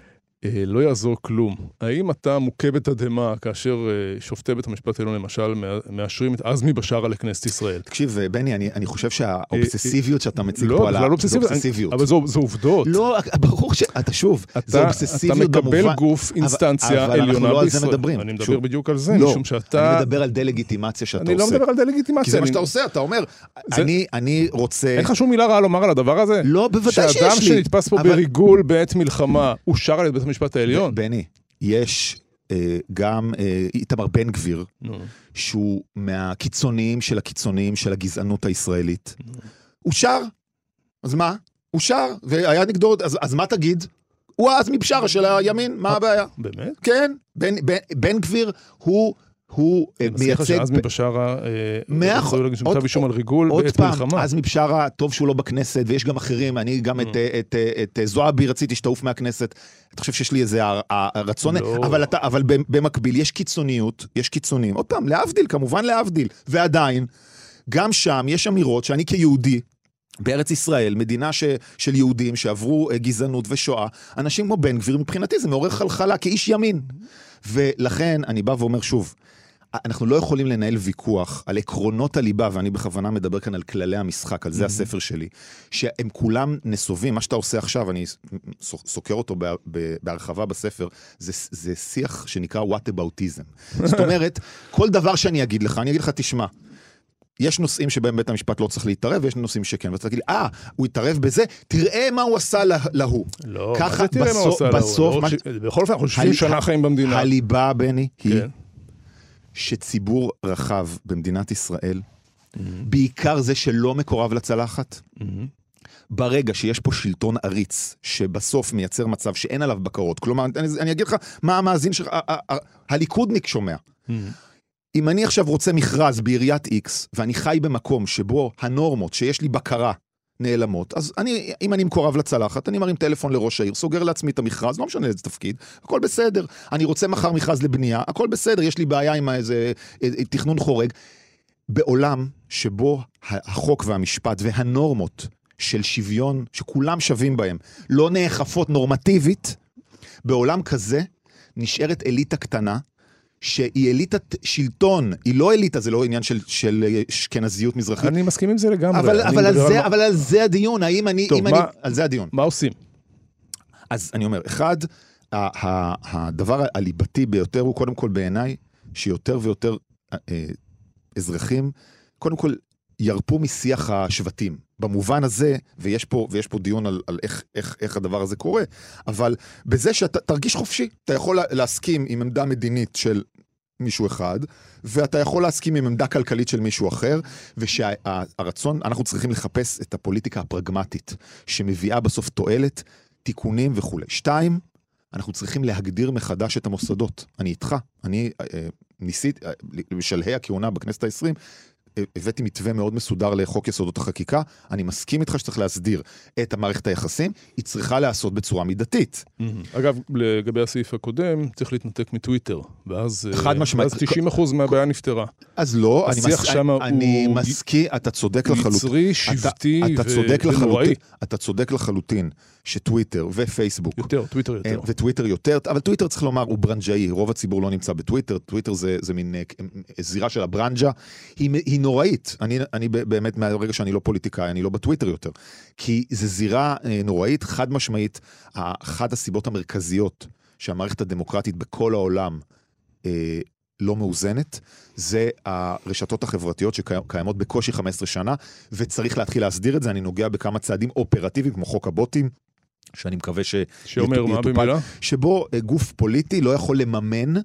לא יעזור כלום. האם אתה מוכה בתדהמה כאשר שופטי בית המשפט העליון למשל מאשרים את עזמי בשארה לכנסת ישראל? תקשיב, בני, אני חושב שהאובססיביות שאתה מציג פה על האובססיביות. אבל זו עובדות. לא, ברור שאתה שוב, זו אובססיביות במובן. אתה מקבל גוף אינסטנציה עליונה בישראל. אני מדבר בדיוק על זה, משום שאתה... אני מדבר על דה-לגיטימציה שאתה עושה. אני לא מדבר על דה-לגיטימציה. כי זה מה שאתה עושה, אתה אומר, אני רוצה... אין לך שום מילה רעה לומר על הדבר הזה? לא, בוודאי שיש לי. שאדם שנתפס פה בריגול בעת מלחמה, אושר על ידי בית המשפט העליון. בני, יש גם איתמר בן גביר, שהוא מהקיצוניים של הקיצוניים של הגזענות הישראלית. אושר? אז מה? אושר? והיה נגדו, אז מה תגיד? הוא אז מבשרה של הימין, מה הבעיה? באמת? כן, בן גביר הוא מייצג... שאז מבשרה יכולו להגיד שמכתב אישום על ריגול בעת מלחמה. עוד פעם, אז מבשרה, טוב שהוא לא בכנסת, ויש גם אחרים, אני גם את זועבי רציתי שתעוף מהכנסת, אתה חושב שיש לי איזה רצון, אבל במקביל יש קיצוניות, יש קיצונים, עוד פעם, להבדיל, כמובן להבדיל, ועדיין, גם שם יש אמירות שאני כיהודי, בארץ ישראל, מדינה של יהודים שעברו גזענות ושואה, אנשים כמו בן גביר, מבחינתי זה מעורר חלחלה כאיש ימין. ולכן אני בא ואומר שוב, אנחנו לא יכולים לנהל ויכוח על עקרונות הליבה, ואני בכוונה מדבר כאן על כללי המשחק, על זה הספר שלי, שהם כולם נסובים, מה שאתה עושה עכשיו, אני סוקר אותו בהרחבה בספר, זה שיח שנקרא whataboutism. זאת אומרת, כל דבר שאני אגיד לך, אני אגיד לך, תשמע, יש נושאים שבהם בית המשפט לא צריך להתערב, ויש נושאים שכן, ואתה תגיד לי, הוא יתערב בזה, תראה מה הוא עשה להוא. לא, מה זה תראה מה הוא עשה להוא? בכל אופן, אנחנו 70 שנה חיים במדינה. הליבה, בני, היא שציבור רחב במדינת ישראל, בעיקר זה שלא מקורב לצלחת, ברגע שיש פה שלטון עריץ, שבסוף מייצר מצב שאין עליו בקרות, כלומר, אני אגיד לך מה המאזין הליכודניק שומע. אם אני עכשיו רוצה מכרז בעיריית X, ואני חי במקום שבו הנורמות שיש לי בקרה נעלמות, אז אם אני מקורב לצלחת, אני מרים טלפון לראש העיר, סוגר לעצמי את המכרז, לא משנה איזה תפקיד, הכל בסדר. אני רוצה מחר מכרז לבנייה, הכל בסדר, יש לי בעיה עם איזה תכנון חורג. בעולם שבו החוק והמשפט והנורמות של שוויון, שכולם שווים בהם, לא נאכפות נורמטיבית, בעולם כזה נשארת אליטה קטנה, שהיא אליטת שלטון, היא לא אליטה, זה לא עניין של אשכנזיות מזרחית. אני מסכים עם זה לגמרי. אבל על זה הדיון, על זה הדיון. מה עושים? אז אני אומר, אחד, הדבר הליבתי ביותר הוא קודם כל בעיניי, שיותר ויותר אזרחים, קודם כל ירפו משיח השבטים. במובן הזה, ויש פה דיון על איך הדבר הזה קורה, אבל בזה שאתה תרגיש חופשי, אתה יכול להסכים עם עמדה מדינית של מישהו אחד, ואתה יכול להסכים עם עמדה כלכלית של מישהו אחר, ושהרצון, אנחנו צריכים לחפש את הפוליטיקה הפרגמטית, שמביאה בסוף תועלת, תיקונים וכו'. 2, אנחנו צריכים להגדיר מחדש את המוסדות. אני איתך, אני ניסית, בשלהי הכהונה בכנסת ה-20, הבאתי מתווה מאוד מסודר לחוק יסודות החקיקה, אני מסכים איתך שצריך להסדיר את המערכת היחסים, היא צריכה לעשות בצורה מידתית. אגב, לגבי הסעיף הקודם, צריך להתנתק מטוויטר, ואז 90% מהבעיה נפתרה. אז לא, אני מסכים, אתה צודק לחלוטין. יצרי, שבטי ונוראי. אתה צודק לחלוטין שטוויטר ופייסבוק. טוויטר יותר. וטוויטר יותר, אבל טוויטר צריך לומר, הוא ברנג'אי, רוב הציבור לא נמצא בטוויטר, טוויטר זה מין זירה של הברנג'ה, היא נוראית. אני באמת, מהרגע שאני לא פוליטיקאי, אני לא בטוויטר יותר. כי זו זירה נוראית, חד משמעית, אחת הסיבות המרכזיות שהמערכת הדמוקרטית בכל העולם לא מאוזנת, זה הרשתות החברתיות שקיימות בקושי 15 שנה, וצריך להתחיל להסדיר את זה. אני נוגע בכמה צעדים אופרטיביים, כמו חוק הבוטים, שאני מקווה שאומר מה במילה? שבו גוף פוליטי לא יכול לממן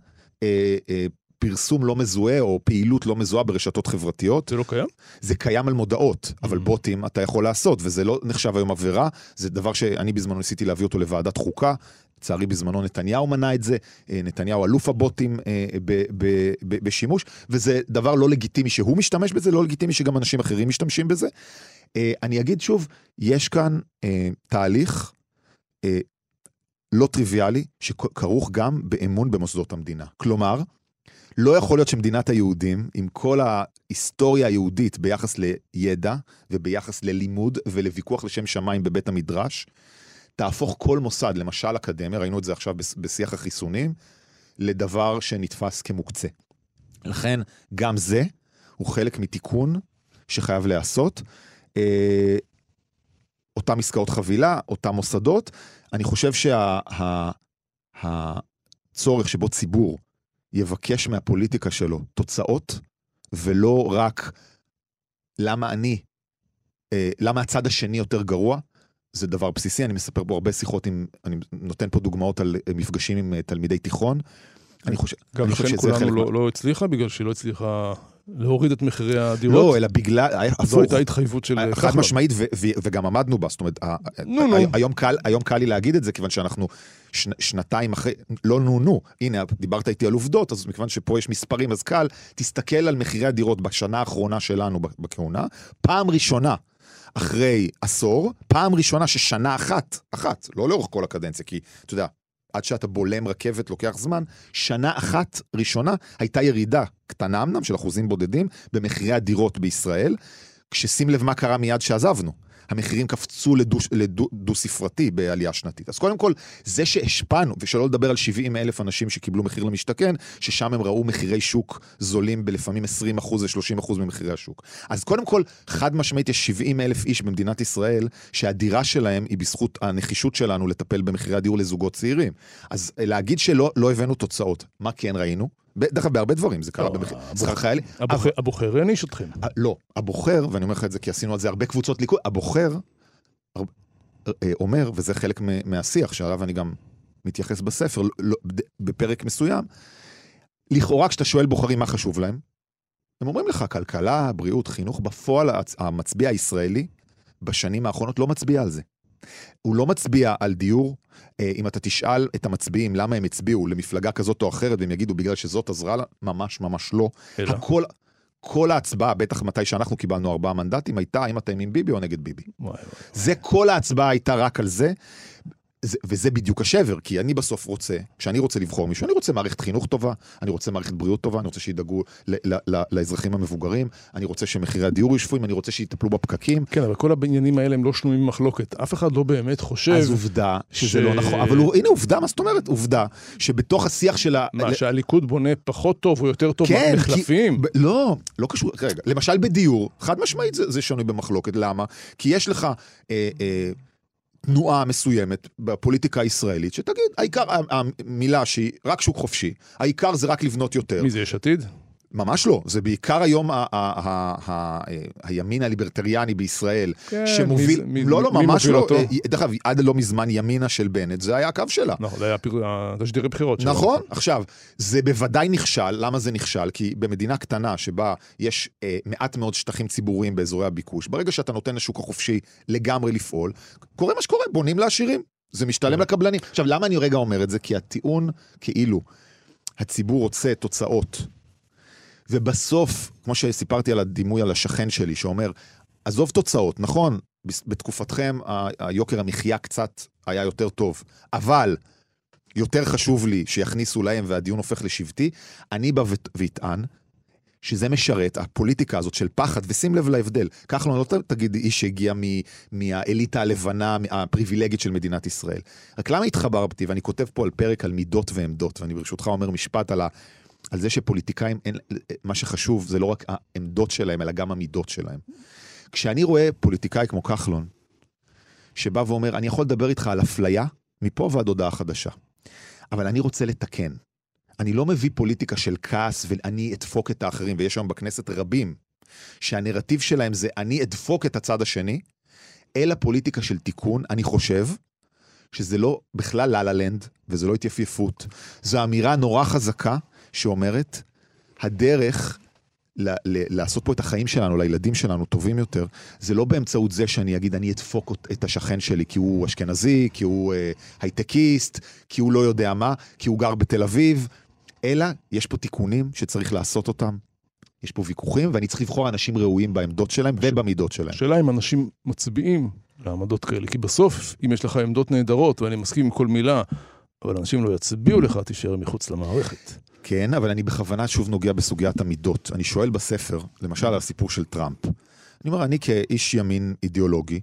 פרסום לא מזוהה או פעילות לא מזוהה ברשתות חברתיות. זה לא קיים? זה קיים על מודעות, אבל בוטים אתה יכול לעשות, וזה לא נחשב היום עבירה, זה דבר שאני בזמנו ניסיתי להביא אותו לוועדת חוקה, לצערי בזמנו נתניהו מנע את זה, נתניהו אלוף הבוטים בשימוש, וזה דבר לא לגיטימי שהוא משתמש בזה, לא לגיטימי שגם אנשים אחרים משתמשים בזה. אני אגיד שוב, יש כאן תהליך לא טריוויאלי, שכרוך גם באמון במוסדות המדינה. כלומר, לא יכול להיות שמדינת היהודים, עם כל ההיסטוריה היהודית ביחס לידע, וביחס ללימוד ולוויכוח לשם שמיים בבית המדרש, תהפוך כל מוסד, למשל אקדמיה, ראינו את זה עכשיו בשיח החיסונים, לדבר שנתפס כמוקצה. לכן, גם זה הוא חלק מתיקון שחייב לעשות. אותם עסקאות חבילה, אותם מוסדות. אני חושב שהצורך שבו ציבור יבקש מהפוליטיקה שלו תוצאות, ולא רק למה הצד השני יותר גרוע, זה דבר בסיסי. אני מספר פה הרבה שיחות, אני נותן פה דוגמאות על מפגשים עם תלמידי תיכון. אני חושב לכן כולנו לא הצליחה, בגלל שהיא לא הצליחה להוריד את מחירי הדירות. לא, אלא בגלל, זו הייתה התחייבות של חד משמעית, וגם עמדנו בה. זאת אומרת, היום קל לי להגיד את זה, כיוון שאנחנו שנתיים אחרי, לא נו. הנה, דיברת איתי על עובדות, אז מכיוון שפה יש מספרים, אז קל, תסתכל על מחירי הדירות בשנה האחרונה שלנו בכהונה, פעם ראשונה, אחרי עשור, פעם ראשונה ששנה אחת, לא לאורך כל הקדנציה, כי אתה יודע, עד שאתה בולם רכבת לוקח זמן, שנה אחת ראשונה הייתה ירידה קטנה אמנם של אחוזים בודדים במחירי הדירות בישראל, כששים לב מה קרה מיד שעזבנו. המחירים קפצו לדו ספרתי בעלייה שנתית. אז קודם כל, זה שהשפענו, ושלא לדבר על 70,000 אנשים שקיבלו מחיר למשתכן, ששם הם ראו מחירי שוק זולים בלפעמים 20% ו-30% ממחירי השוק. אז קודם כל, חד משמעית יש 70,000 איש במדינת ישראל, שהדירה שלהם היא בזכות הנחישות שלנו לטפל במחירי הדיור לזוגות צעירים. אז להגיד שלא הבאנו תוצאות, מה כן ראינו? דרך כלל בהרבה דברים, זה קרה במחיר. שכר חיילי. הבוחר יעניש אתכם. לא, הבוחר, ואני אומר לך את זה כי עשינו על זה הרבה קבוצות ליכוד, הבוחר אומר, וזה חלק מהשיח, שעליו אני גם מתייחס בספר, בפרק מסוים, לכאורה כשאתה שואל בוחרים מה חשוב להם, הם אומרים לך, כלכלה, בריאות, חינוך, בפועל המצביע הישראלי, בשנים האחרונות לא מצביע על זה. הוא לא מצביע על דיור, אם אתה תשאל את המצביעים למה הם הצביעו למפלגה כזאת או אחרת, והם יגידו בגלל שזאת עזרה לה, ממש ממש לא. כל ההצבעה, בטח מתי שאנחנו קיבלנו 4 מנדטים, הייתה אם אתם עם ביבי או נגד ביבי. זה כל ההצבעה הייתה רק על זה, וזה בדיוק השבר, כי אני בסוף רוצה, כשאני רוצה לבחור מישהו, אני רוצה מערכת חינוך טובה, אני רוצה מערכת בריאות טובה, אני רוצה שידאגו לאזרחים המבוגרים, אני רוצה שמחירי הדיור ישפויים, אני רוצה שיטפלו בפקקים. כן, אבל כל הבניינים האלה הם לא שנויים במחלוקת. אף אחד לא באמת חושב... אז עובדה שזה לא נכון. אבל הנה עובדה, מה זאת אומרת? עובדה שבתוך השיח של מה, שהליכוד בונה פחות טוב או יותר טוב מחלפים? לא קשור. רגע, למשל בדיור, חד משמעית זה שנוי במחלוקת. למה? כי יש לך... תנועה מסוימת בפוליטיקה הישראלית, שתגיד, העיקר, המילה שהיא רק שוק חופשי, העיקר זה רק לבנות יותר. מי זה, יש עתיד? ממש לא, זה בעיקר היום הימין הליברטריאני בישראל, שמוביל, לא, ממש לא, דרך אגב, עד לא מזמן ימינה של בנט, זה היה הקו שלה. נכון, זה היה תשדירי בחירות שלה. נכון, עכשיו, זה בוודאי נכשל, למה זה נכשל? כי במדינה קטנה שבה יש מעט מאוד שטחים ציבוריים באזורי הביקוש, ברגע שאתה נותן לשוק החופשי לגמרי לפעול, קורה מה שקורה, בונים לעשירים, זה משתלם לקבלנים. עכשיו, למה אני רגע אומר את זה? כי הטיעון כאילו הציבור רוצה תוצאות, ובסוף, כמו שסיפרתי על הדימוי על השכן שלי, שאומר, עזוב תוצאות, נכון, בתקופתכם היוקר המחיה קצת היה יותר טוב, אבל יותר חשוב לי שיכניסו להם והדיון הופך לשבטי, אני בא ויטען שזה משרת, הפוליטיקה הזאת של פחד, ושים לב להבדל, כך לא תגיד איש שהגיע מהאליטה הלבנה, הפריבילגית של מדינת ישראל. רק למה התחברתי, ואני כותב פה על פרק על מידות ועמדות, ואני ברשותך אומר משפט על זה שפוליטיקאים, מה שחשוב זה לא רק העמדות שלהם, אלא גם המידות שלהם. כשאני רואה פוליטיקאי כמו כחלון, שבא ואומר, אני יכול לדבר איתך על אפליה, מפה ועד הודעה חדשה. אבל אני רוצה לתקן. אני לא מביא פוליטיקה של כעס, ואני אדפוק את האחרים, ויש היום בכנסת רבים, שהנרטיב שלהם זה, אני אדפוק את הצד השני, אלא פוליטיקה של תיקון, אני חושב, שזה לא בכלל לה-לה-לנד, וזה לא התייפיפות. זו אמירה נורא חזקה, שאומרת, הדרך לעשות פה את החיים שלנו, לילדים שלנו טובים יותר, זה לא באמצעות זה שאני אגיד, אני אדפוק את השכן שלי, כי הוא אשכנזי, כי הוא הייטקיסט, כי הוא לא יודע מה, כי הוא גר בתל אביב, אלא יש פה תיקונים שצריך לעשות אותם, יש פה ויכוחים, ואני צריך לבחור אנשים ראויים בעמדות שלהם ובמידות שלהם. השאלה אם אנשים מצביעים לעמדות כאלה, כי בסוף, אם יש לך עמדות נהדרות, ואני מסכים עם כל מילה, אבל אנשים לא יצביעו לך, תישאר מחוץ למערכת. כן, אבל אני בכוונה שוב נוגע בסוגיית המידות. אני שואל בספר, למשל על הסיפור של טראמפ. אני אומר, אני כאיש ימין אידיאולוגי,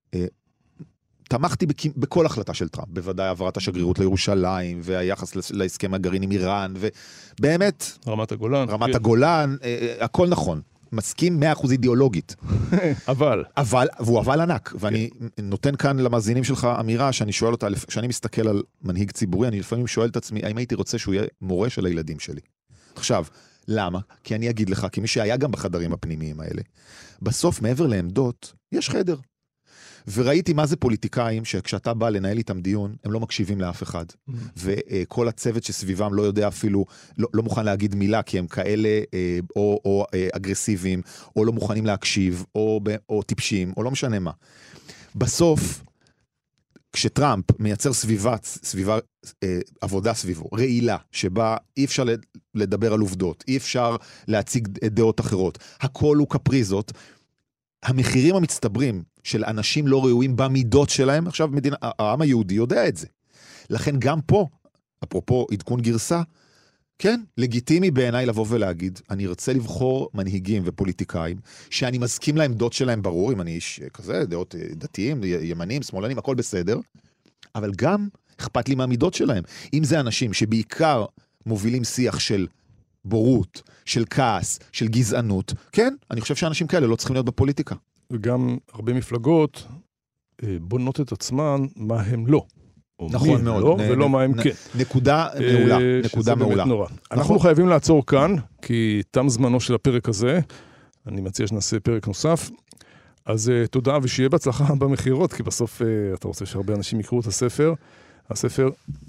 תמכתי בכל החלטה של טראמפ, בוודאי העברת השגרירות לירושלים, והיחס להסכם הגרעין עם איראן, ובאמת... רמת הגולן. רמת הגולן, הכל נכון. מסכים 100% אידיאולוגית. והוא אבל ענק, ואני נותן כאן למאזינים שלך אמירה, שאני שואל אותה, שאני מסתכל על מנהיג ציבורי, אני לפעמים שואל את עצמי, האם הייתי רוצה שהוא יהיה מורה של הילדים שלי? עכשיו, למה? כי אני אגיד לך, כמי שהיה גם בחדרים הפנימיים האלה, בסוף מעבר לעמדות, יש חדר. וראיתי מה זה פוליטיקאים, שכשאתה בא לנהל איתם דיון, הם לא מקשיבים לאף אחד. וכל הצוות שסביבם לא יודע אפילו, לא מוכן להגיד מילה, כי הם כאלה או אגרסיביים, או לא מוכנים להקשיב, או טיפשים, או לא משנה מה. בסוף, כשטראמפ מייצר סביבה עבודה סביבו, רעילה, שבה אי אפשר לדבר על עובדות, אי אפשר להציג דעות אחרות, הכל הוא קפריזות, המחירים המצטברים של אנשים לא ראויים במידות שלהם, עכשיו העם היהודי יודע את זה. לכן גם פה, אפרופו עדכון גרסה, כן, לגיטימי בעיניי לבוא ולהגיד, אני ארצה לבחור מנהיגים ופוליטיקאים, שאני מסכים לעמדות שלהם ברור, אם אני איש כזה, דעות דתיים, ימנים, שמאלנים, הכל בסדר, אבל גם אכפת לי מהמידות שלהם. אם זה אנשים שבעיקר מובילים שיח של בורות, של כעס, של גזענות, כן, אני חושב שאנשים כאלה לא צריכים להיות בפוליטיקה. וגם הרבה מפלגות בונות את עצמן מה הם לא. נכון מאוד. לא, ולא מה הם כן. נקודה מעולה. נקודה מעולה. אנחנו חייבים לעצור כאן, כי תם זמנו של הפרק הזה. אני מציע שנעשה פרק נוסף. אז תודה ושיהיה בהצלחה במחירות, כי בסוף אתה רוצה שהרבה אנשים יקראו את הספר. הספר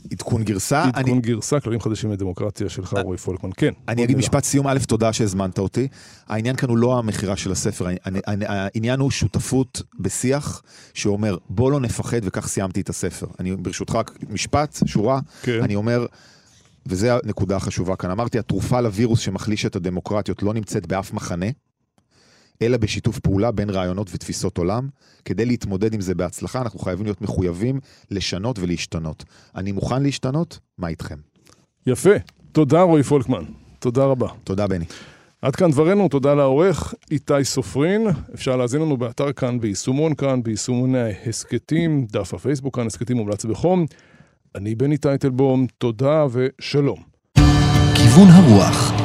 עדכון גרסה. עדכון גרסה, כללים חדשים לדמוקרטיה שלך, רועי פולקמן. כן. אני אגיד משפט סיום, א', תודה שהזמנת אותי. העניין כאן הוא לא המחירה של הספר, העניין הוא שותפות בשיח, שאומר, בוא לא נפחד, וכך סיימתי את הספר. אני ברשותך, משפט, שורה, אני אומר, וזו הנקודה החשובה כאן, אמרתי, התרופה לווירוס שמחליש את הדמוקרטיות לא נמצאת באף מחנה, אלא בשיתוף פעולה בין רעיונות ותפיסות עולם. כדי להתמודד עם זה בהצלחה, אנחנו חייבים להיות מחויבים לשנות ולהשתנות. אני מוכן להשתנות, מה איתכם? יפה. תודה רועי פולקמן. תודה רבה. תודה בני. עד כאן דברנו, תודה לעורך איתי סופרין. אפשר להזין לנו באתר כאן, ביישומון כאן, ביישומוני ההסקטים, דף הפייסבוק כאן, הסקטים מומלץ בחום. אני בני טייטלבום, תודה ושלום. כיוון הרוח.